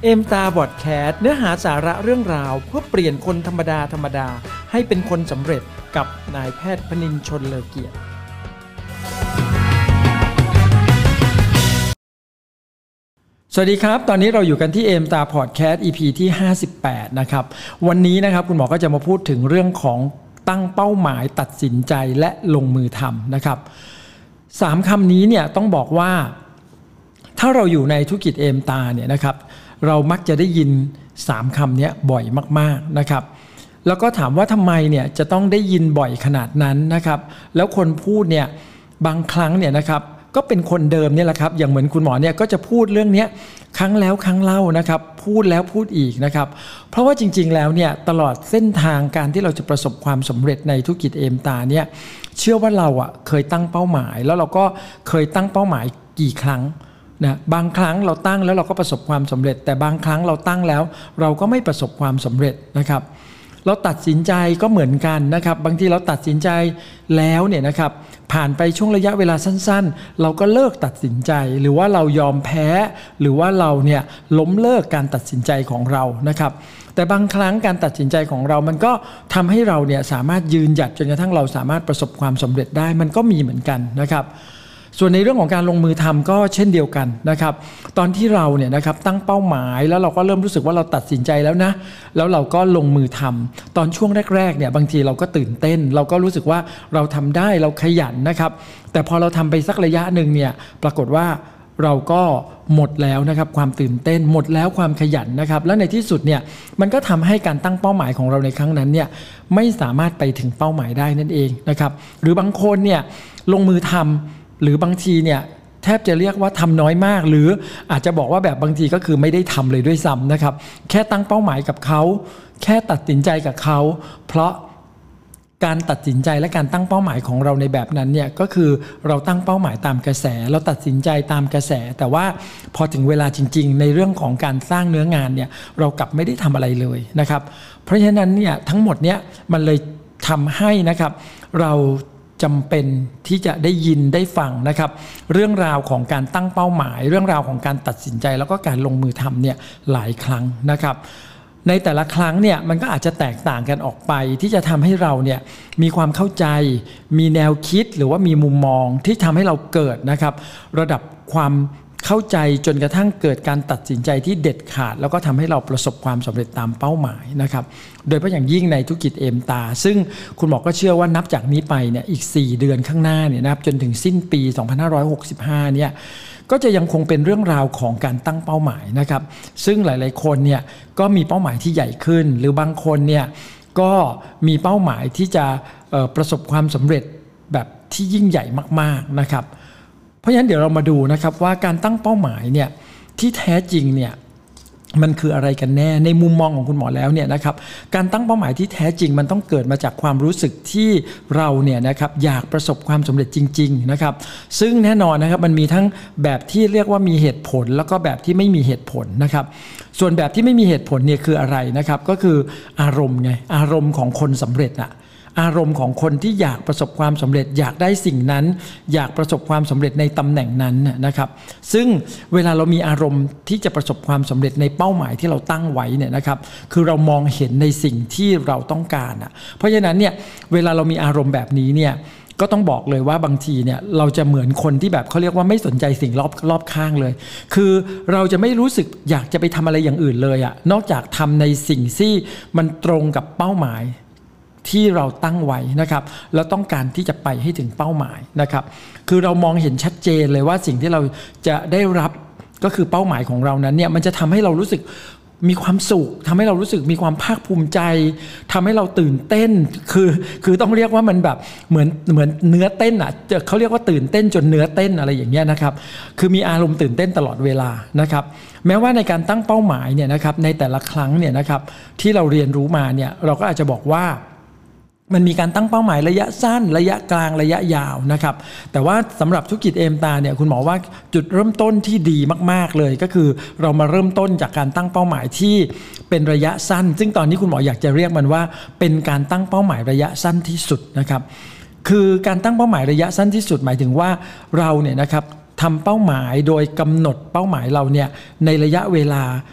เอมตาบอดแคสต์เนื้อหาสาระเรื่องราวเพื่อเปลี่ยนคนธรรมดาให้เป็นคนสำเร็จกับนายแพทย์พนินทร์ ชลเลอเกียรติสวัสดีครับตอนนี้เราอยู่กันที่เอมตาพอดแคสต์ EP ที่58นะครับวันนี้นะครับคุณหมอก็จะมาพูดถึงเรื่องของตั้งเป้าหมายตัดสินใจและลงมือทำนะครับ3คำนี้เนี่ยต้องบอกว่าถ้าเราอยู่ในธุรกิจเอมตาเนี่ยนะครับเรามักจะได้ยิน3คำนี้บ่อยมากๆนะครับแล้วก็ถามว่าทำไมเนี่ยจะต้องได้ยินบ่อยขนาดนั้นนะครับแล้วคนพูดเนี่ยบางครั้งเนี่ยนะครับก็เป็นคนเดิมเนี่ยแหละครับอย่างเหมือนคุณหมอเนี่ยก็จะพูดเรื่องนี้ครั้งแล้วครั้งเล่านะครับพูดแล้วพูดอีกนะครับเพราะว่าจริงๆแล้วเนี่ยตลอดเส้นทางการที่เราจะประสบความสำเร็จในธุรกิจเอมตาเนี่ยเชื่อว่าเราเคยตั้งเป้าหมายแล้วเราก็เคยตั้งเป้าหมายกี่ครั้งนะบางครั้งเราตั้งแล้วเราก็ประสบความสำเร็จแต่บางครั้งเราตั้งแล้วเราก็ไม่ประสบความสำเร็จนะครับเราตัดสินใจก็เหมือนกันนะครับบางทีเราตัดสินใจแล้วเนี่ยนะครับผ่านไปช่วงระยะเวลาสั้นๆเราก็เลิกตัดสินใจหรือว่าเรายอมแพ้หรือว่าเราเนี่ยล้มเลิกการตัดสินใจของเรานะครับแต่บางครั้งการตัดสินใจของเรามันก็ทำให้เราเนี่ยสามารถยืนหยัดจนกระทั่งเราสามารถประสบความสำเร็จได้มันก็มีเหมือนกันนะครับส่วนในเรื่องของการลงมือทำก็เช่นเดียวกันนะครับตอนที่เราเนี่ยนะครับตั้งเป้าหมายแล้วเราก็เริ่มรู้สึกว่าเราตัดสินใจแล้วนะแล้วเราก็ลงมือทำตอนช่วงแรกๆเนี่ยบางทีเราก็ตื่นเต้นเราก็รู้สึกว่าเราทำได้เราขยันนะครับแต่พอเราทำไปสักระยะหนึ่งเนี่ยปรากฏว่าเราก็หมดแล้วนะครับความตื่นเต้นหมดแล้วความขยันนะครับแล้วในที่สุดเนี่ยมันก็ทำให้การตั้งเป้าหมายของเราในครั้งนั้นเนี่ยไม่สามารถไปถึงเป้าหมายได้นั่นเองนะครับหรือบางคนเนี่ยลงมือทำหรือบางทีเนี่ยแทบจะเรียกว่าทำน้อยมากหรืออาจจะบอกว่าแบบบางทีก็คือไม่ได้ทำเลยด้วยซ้ำนะครับแค่ตั้งเป้าหมายกับเขาแค่ตัดสินใจกับเขาเพราะการตัดสินใจและการตั้งเป้าหมายของเราในแบบนั้นเนี่ยก็คือเราตั้งเป้าหมายตามกระแสเราตัดสินใจตามกระแสแต่ว่าพอถึงเวลาจริงๆในเรื่องของการสร้างเนื้องานเนี่ยเรากลับไม่ได้ทำอะไรเลยนะครับเพราะฉะนั้นเนี่ยทั้งหมดเนี่ยมันเลยทำให้นะครับเราจำเป็นที่จะได้ยินได้ฟังนะครับเรื่องราวของการตั้งเป้าหมายเรื่องราวของการตัดสินใจแล้วก็การลงมือทำเนี่ยหลายครั้งนะครับในแต่ละครั้งเนี่ยมันก็อาจจะแตกต่างกันออกไปที่จะทำให้เราเนี่ยมีความเข้าใจมีแนวคิดหรือว่ามีมุมมองที่ทำให้เราเกิดนะครับระดับความเข้าใจจนกระทั่งเกิดการตัดสินใจที่เด็ดขาดแล้วก็ทำให้เราประสบความสำเร็จตามเป้าหมายนะครับโดยเฉพาะอย่างยิ่งในธุรกิจเอมตาซึ่งคุณหมอก็เชื่อว่านับจากนี้ไปเนี่ยอีก4เดือนข้างหน้าเนี่ยนะครับจนถึงสิ้นปี2565เนี่ยก็จะยังคงเป็นเรื่องราวของการตั้งเป้าหมายนะครับซึ่งหลายๆคนเนี่ยก็มีเป้าหมายที่ใหญ่ขึ้นหรือบางคนเนี่ยก็มีเป้าหมายที่จะประสบความสำเร็จแบบที่ยิ่งใหญ่มากๆนะครับเพราะฉะนั้นเดี๋ยวเรามาดูนะครับว่าการตั้งเป้าหมายเนี่ยที่แท้จริงเนี่ยมันคืออะไรกันแน่ในมุมมองของคุณหมอแล้วเนี่ยนะครับการตั้งเป้าหมายที่แท้จริงมันต้องเกิดมาจากความรู้สึกที่เราเนี่ยนะครับอยากประสบความสำเร็จจริงๆนะครับซึ่งแน่นอนนะครับมันมีทั้งแบบที่เรียกว่ามีเหตุผลแล้วก็แบบที่ไม่มีเหตุผลนะครับส่วนแบบที่ไม่มีเหตุผลเนี่ยคืออะไรนะครับก็คืออารมณ์ไงอารมณ์ของคนสำเร็จอะอารมณ์ของคนที่อยากประสบความสำเร็จอยากได้สิ่งนั้นอยากประสบความสำเร็จในตำแหน่งนั้นนะครับซึ่งเวลาเรามีอารมณ์ที่จะประสบความสำเร็จในเป้าหมายที่เราตั้งไว้เนี่ยนะครับคือเรามองเห็นในสิ่งที่เราต้องการเพราะฉะนั้นเนี่ยเวลาเรามีอารมณ์แบบนี้เนี่ยก็ต้องบอกเลยว่าบางทีเนี่ยเราจะเหมือนคนที่แบบเขาเรียกว่าไม่สนใจสิ่งรอบข้างเลยคือเราจะไม่รู้สึกอยากจะไปทำอะไรอย่างอื่นเลยนอกจากทำในสิ่งที่มันตรงกับเป้าหมายที่เราตั้งไว้นะครับแล้วต้องการที่จะไปให้ถึงเป้าหมายนะครับคือเรามองเห็นชัดเจนเลยว่าสิ่งที่เราจะได้รับก็คือเป้าหมายของเรานั้นเนี่ยมันจะทำให้เรารู้สึกมีความสุขทำให้เรารู้สึกมีความภาคภูมิใจทำให้เราตื่นเต้นคือต้องเรียกว่ามันแบบเหมือนเนื้อเต้นเขาเรียกว่าตื่นเต้นจนเนื้อเต้นอะไรอย่างเงี้ยนะครับคือมีอารมณ์ตื่นเต้นตลอดเวลานะครับแม้ว่าในการตั้งเป้าหมายเนี่ยนะครับในแต่ละครั้งเนี่ยนะครับที่เราเรียนรู้มาเนี่ยเราก็อาจจะบอกว่ามันมีการตั้งเป้าหมายระยะสั้นระยะกลางระยะยาวนะครับแต่ว่าสำหรับธุรกิจเอมตาเนี่ยคุณหมอว่าจุดเริ่มต้นที่ดีมากๆเลยก็คือเรามาเริ่มต้นจากการตั้งเป้าหมายที่เป็นระยะสั้นซึ่งตอนนี้คุณหมออยากจะเรียกมันว่าเป็นการตั้งเป้าหมายระยะสั้นที่สุดนะครับคือการตั้งเป้าหมายระยะสั้นที่สุดหมายถึงว่าเราเนี่ยนะครับทำเป้าหมายโดยกำหนดเป้าหมายเราเนี่ยในระยะเวลา เ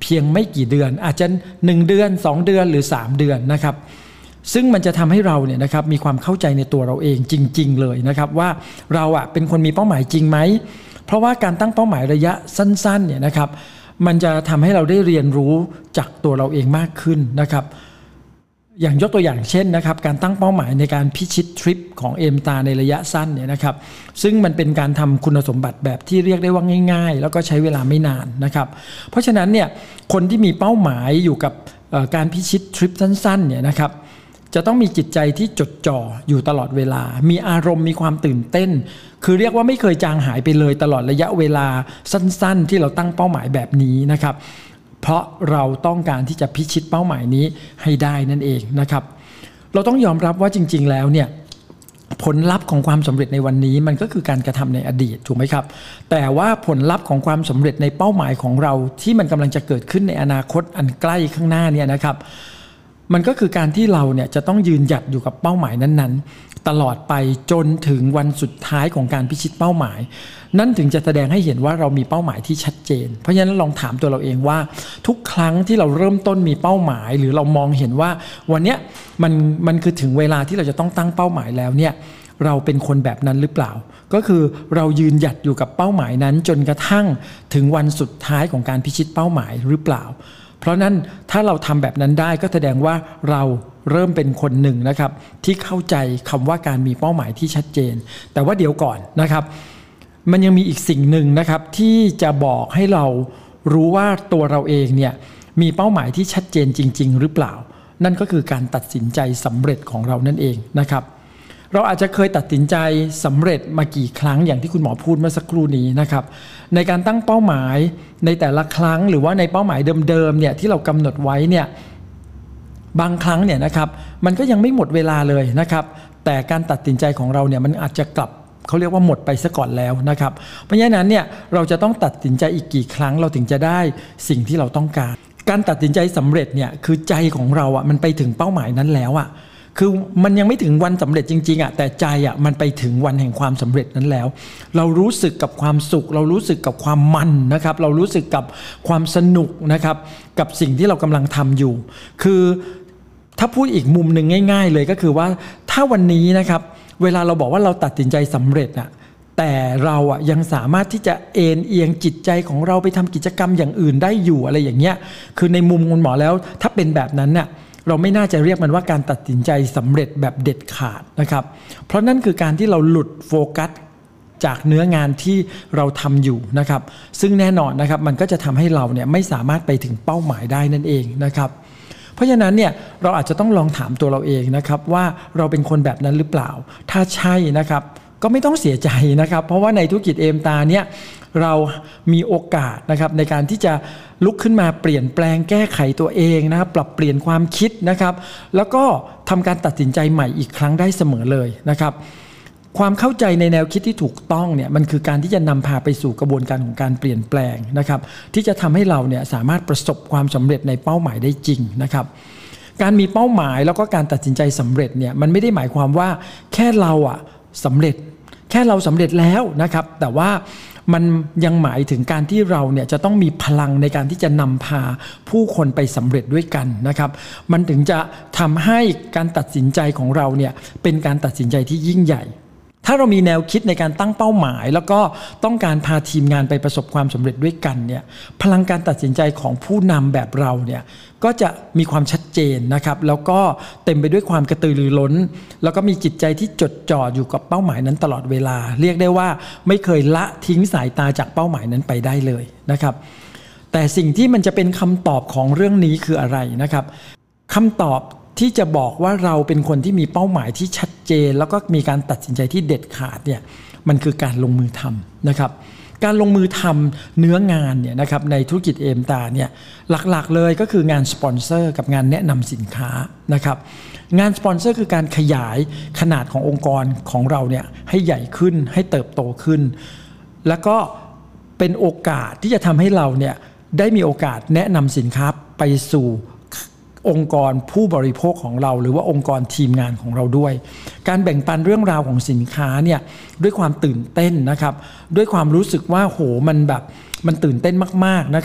พียงไม่กี่เดือนอาจจะ1เดือน2เดือนหรือ3เดือนนะครับซึ่งมันจะทำให้เราเนี่ยนะครับมีความเข้าใจในตัวเราเองจริงๆเลยนะครับว่าเราเป็นคนมีเป้าหมายจริงไหมเพราะว่าการตั้งเป้าหมายระยะสั้นๆเนี่ยนะครับมันจะทำให้เราได้เรียนรู้จากตัวเราเองมากขึ้นนะครับอย่างยกตัวอย่างเช่นนะครับการตั้งเป้าหมายในการพิชิตทริปของเอมตาในระยะสั้นเนี่ยนะครับซึ่งมันเป็นการทำคุณสมบัติแบบที่เรียกได้ว่าง่ายๆแล้วก็ใช้เวลาไม่นานนะครับเพราะฉะนั้นเนี่ยคนที่มีเป้าหมายอยู่กับการพิชิตทริปสั้นๆเนี่ยนะครับจะต้องมีจิตใจที่จดจ่ออยู่ตลอดเวลามีอารมณ์มีความตื่นเต้นคือเรียกว่าไม่เคยจางหายไปเลยตลอดระยะเวลาสั้นๆที่เราตั้งเป้าหมายแบบนี้นะครับเพราะเราต้องการที่จะพิชิตเป้าหมายนี้ให้ได้นั่นเองนะครับเราต้องยอมรับว่าจริงๆแล้วเนี่ยผลลัพธ์ของความสำเร็จในวันนี้มันก็คือการกระทำในอดีตถูกไหมครับแต่ว่าผลลัพธ์ของความสำเร็จในเป้าหมายของเราที่มันกำลังจะเกิดขึ้นในอนาคตอันใกล้ข้างหน้าเนี่ยนะครับมันก็คือการที่เราเนี่ยจะต้องยืนหยัดอยู่กับเป้าหมายนั้นๆตลอดไปจนถึงวันสุดท้ายของการพิชิตเป้าหมายนั่นถึงจะแสดงให้เห็นว่าเรามีเป้าหมายที่ชัดเจนเพราะฉะนั้นลองถามตัวเราเองว่าทุกครั้งที่เราเริ่มต้นมีเป้าหมายหรือเรามองเห็นว่าวันนี้มันคือถึงเวลาที่เราจะต้องตั้งเป้าหมายแล้วเนี่ยเราเป็นคนแบบนั้นหรือเปล่าก็คือเรายืนหยัดอยู่กับเป้าหมายนั้นจนกระทั่งถึงวันสุดท้ายของการพิชิตเป้าหมายหรือเปล่าเพราะนั้นถ้าเราทำแบบนั้นได้ก็แสดงว่าเราเริ่มเป็นคนหนึ่งนะครับที่เข้าใจคำว่าการมีเป้าหมายที่ชัดเจนแต่ว่าเดี๋ยวก่อนนะครับมันยังมีอีกสิ่งหนึ่งนะครับที่จะบอกให้เรารู้ว่าตัวเราเองเนี่ยมีเป้าหมายที่ชัดเจนจริงๆหรือเปล่านั่นก็คือการตัดสินใจสำเร็จของเรานั่นเองนะครับเราอาจจะเคยตัดสินใจสำเร็จมากี่ครั้งอย่างที่คุณหมอพูดเมื่อสักครู่นี้นะครับในการตั้งเป้าหมายในแต่ละครั้งหรือว่าในเป้าหมายเดิมๆเนี่ยที่เรากำหนดไว้เนี่ยบางครั้งเนี่ยนะครับมันก็ยังไม่หมดเวลาเลยนะครับแต่การตัดสินใจของเราเนี่ยมันอาจจะกลับเขาเรียกว่าหมดไปซะก่อนแล้วนะครับเพราะฉะนั้นเนี่ยเราจะต้องตัดสินใจอีกกี่ครั้งเราถึงจะได้สิ่งที่เราต้องการตัดสินใจสำเร็จเนี่ยคือใจของเรามันไปถึงเป้าหมายนั้นแล้วคือมันยังไม่ถึงวันสำเร็จจริงๆแต่ใจมันไปถึงวันแห่งความสำเร็จนั้นแล้วเรารู้สึกกับความสุขเรารู้สึกกับความมันนะครับเรารู้สึกกับความสนุกนะครับกับสิ่งที่เรากำลังทำอยู่คือถ้าพูดอีกมุมหนึ่งง่ายๆเลยก็คือว่าถ้าวันนี้นะครับเวลาเราบอกว่าเราตัดสินใจสำเร็จแต่เรายังสามารถที่จะเอนเอียงจิตใจของเราไปทำกิจกรรมอย่างอื่นได้อยู่อะไรอย่างเงี้ยคือในมุมคุณหมอแล้วถ้าเป็นแบบนั้นเราไม่น่าจะเรียกมันว่าการตัดสินใจสำเร็จแบบเด็ดขาดนะครับเพราะนั่นคือการที่เราหลุดโฟกัสจากเนื้องานที่เราทำอยู่นะครับซึ่งแน่นอนนะครับมันก็จะทำให้เราเนี่ยไม่สามารถไปถึงเป้าหมายได้นั่นเองนะครับเพราะฉะนั้นเนี่ยเราอาจจะต้องลองถามตัวเราเองนะครับว่าเราเป็นคนแบบนั้นหรือเปล่าถ้าใช่นะครับก็ไม่ต้องเสียใจนะครับเพราะว่าในธุรกิจเอมตาเนี่ยเรามีโอกาสนะครับในการที่จะลุกขึ้นมาเปลี่ยนแปลงแก้ไขตัวเองนะครับปรับเปลี่ยนความคิดนะครับแล้วก็ทำการตัดสินใจใหม่อีกครั้งได้เสมอเลยนะครับความเข้าใจในแนวคิดที่ถูกต้องเนี่ยมันคือการที่จะนำพาไปสู่กระบวนการของการเปลี่ยนแปลงนะครับที่จะทำให้เราเนี่ยสามารถประสบความสำเร็จในเป้าหมายได้จริงนะครับการมีเป้าหมายแล้วก็การตัดสินใจสำเร็จเนี่ยมันไม่ได้หมายความว่าแค่เราสำเร็จแค่เราสำเร็จแล้วนะครับแต่ว่ามันยังหมายถึงการที่เราเนี่ยจะต้องมีพลังในการที่จะนำพาผู้คนไปสำเร็จด้วยกันนะครับมันถึงจะทำให้การตัดสินใจของเราเนี่ยเป็นการตัดสินใจที่ยิ่งใหญ่ถ้าเรามีแนวคิดในการตั้งเป้าหมายแล้วก็ต้องการพาทีมงานไปประสบความสำเร็จด้วยกันเนี่ยพลังการตัดสินใจของผู้นำแบบเราเนี่ยก็จะมีความชัดเจนนะครับแล้วก็เต็มไปด้วยความกระตือรือร้นแล้วก็มีจิตใจที่จดจ่ออยู่กับเป้าหมายนั้นตลอดเวลาเรียกได้ว่าไม่เคยละทิ้งสายตาจากเป้าหมายนั้นไปได้เลยนะครับแต่สิ่งที่มันจะเป็นคำตอบของเรื่องนี้คืออะไรนะครับคำตอบที่จะบอกว่าเราเป็นคนที่มีเป้าหมายที่ชัดเจนแล้วก็มีการตัดสินใจที่เด็ดขาดเนี่ยมันคือการลงมือทำนะครับการลงมือทำเนื้องานเนี่ยนะครับในธุรกิจเอมตาเนี่ยหลักๆเลยก็คืองานสปอนเซอร์กับงานแนะนำสินค้านะครับงานสปอนเซอร์คือการขยายขนาดขององค์กรของเราเนี่ยให้ใหญ่ขึ้นให้เติบโตขึ้นแล้วก็เป็นโอกาสที่จะทำให้เราเนี่ยได้มีโอกาสแนะนำสินค้าไปสู่องค์กรผู้บริโภคของเราหรือว่าองค์กรทีมงานของเราด้วยการแบ่งปันเรื่องราวของสินค้าเนี่ยด้วยความตื่นเต้นนะครับด้วยความรู้สึกว่าโหมันตื่นเต้นมากๆนะครับ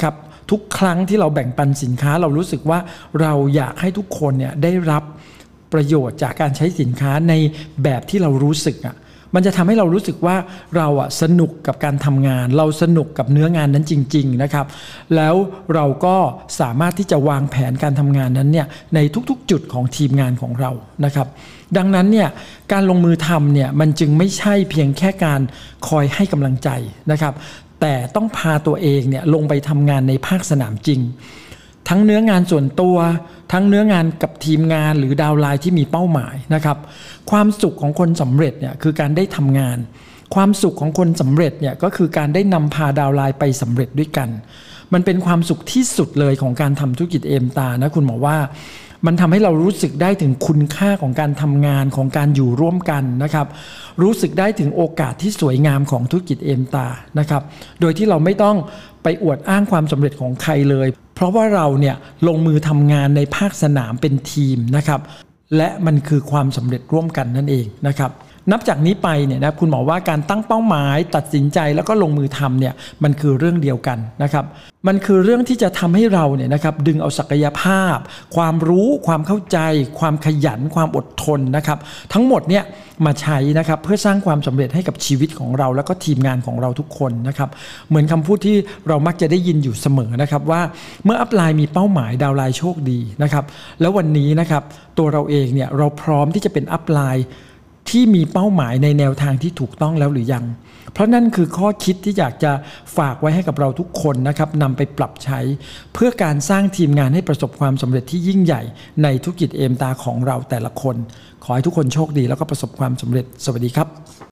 ทุกครั้งที่เราแบ่งปันสินค้าเรารู้สึกว่าเราอยากให้ทุกคนเนี่ยได้รับประโยชน์จากการใช้สินค้าในแบบที่เรารู้สึกมันจะทำให้เรารู้สึกว่าเราสนุกกับการทำงานเราสนุกกับเนื้องานนั้นจริงๆนะครับแล้วเราก็สามารถที่จะวางแผนการทำงานนั้นเนี่ยในทุกๆจุดของทีมงานของเรานะครับดังนั้นเนี่ยการลงมือทำเนี่ยมันจึงไม่ใช่เพียงแค่การคอยให้กำลังใจนะครับแต่ต้องพาตัวเองเนี่ยลงไปทำงานในภาคสนามจริงทั้งเนื้องานส่วนตัวทั้งเนื้องานกับทีมงานหรือดาวไลน์ที่มีเป้าหมายนะครับความสุขของคนสำเร็จเนี่ยคือการได้ทำงานความสุขของคนสำเร็จเนี่ยก็คือการได้นำพาดาวไลน์ไปสำเร็จด้วยกันมันเป็นความสุขที่สุดเลยของการทำธุรกิจเอมตานะคุณหมอว่ามันทำให้เรารู้สึกได้ถึงคุณค่าของการทำงานของการอยู่ร่วมกันนะครับรู้สึกได้ถึงโอกาสที่สวยงามของธุรกิจเอมตานะครับโดยที่เราไม่ต้องไปอวดอ้างความสำเร็จของใครเลยเพราะว่าเราเนี่ยลงมือทำงานในภาคสนามเป็นทีมนะครับและมันคือความสำเร็จร่วมกันนั่นเองนะครับนับจากนี้ไปเนี่ยนะคุณหมอว่าการตั้งเป้าหมายตัดสินใจแล้วก็ลงมือทำเนี่ยมันคือเรื่องเดียวกันนะครับมันคือเรื่องที่จะทำให้เราเนี่ยนะครับดึงเอาศักยภาพความรู้ความเข้าใจความขยันความอดทนนะครับทั้งหมดเนี่ยมาใช้นะครับเพื่อสร้างความสำเร็จให้กับชีวิตของเราแล้วก็ทีมงานของเราทุกคนนะครับเหมือนคำพูดที่เรามักจะได้ยินอยู่เสมอนะครับว่าเมื่ออัพไลน์มีเป้าหมายดาวไลน์โชคดีนะครับแล้ววันนี้นะครับตัวเราเองเนี่ยเราพร้อมที่จะเป็นอัพไลน์ที่มีเป้าหมายในแนวทางที่ถูกต้องแล้วหรือยังเพราะนั่นคือข้อคิดที่อยากจะฝากไว้ให้กับเราทุกคนนะครับนำไปปรับใช้เพื่อการสร้างทีมงานให้ประสบความสำเร็จที่ยิ่งใหญ่ในธุรกิจเอมตาของเราแต่ละคนขอให้ทุกคนโชคดีแล้วก็ประสบความสำเร็จสวัสดีครับ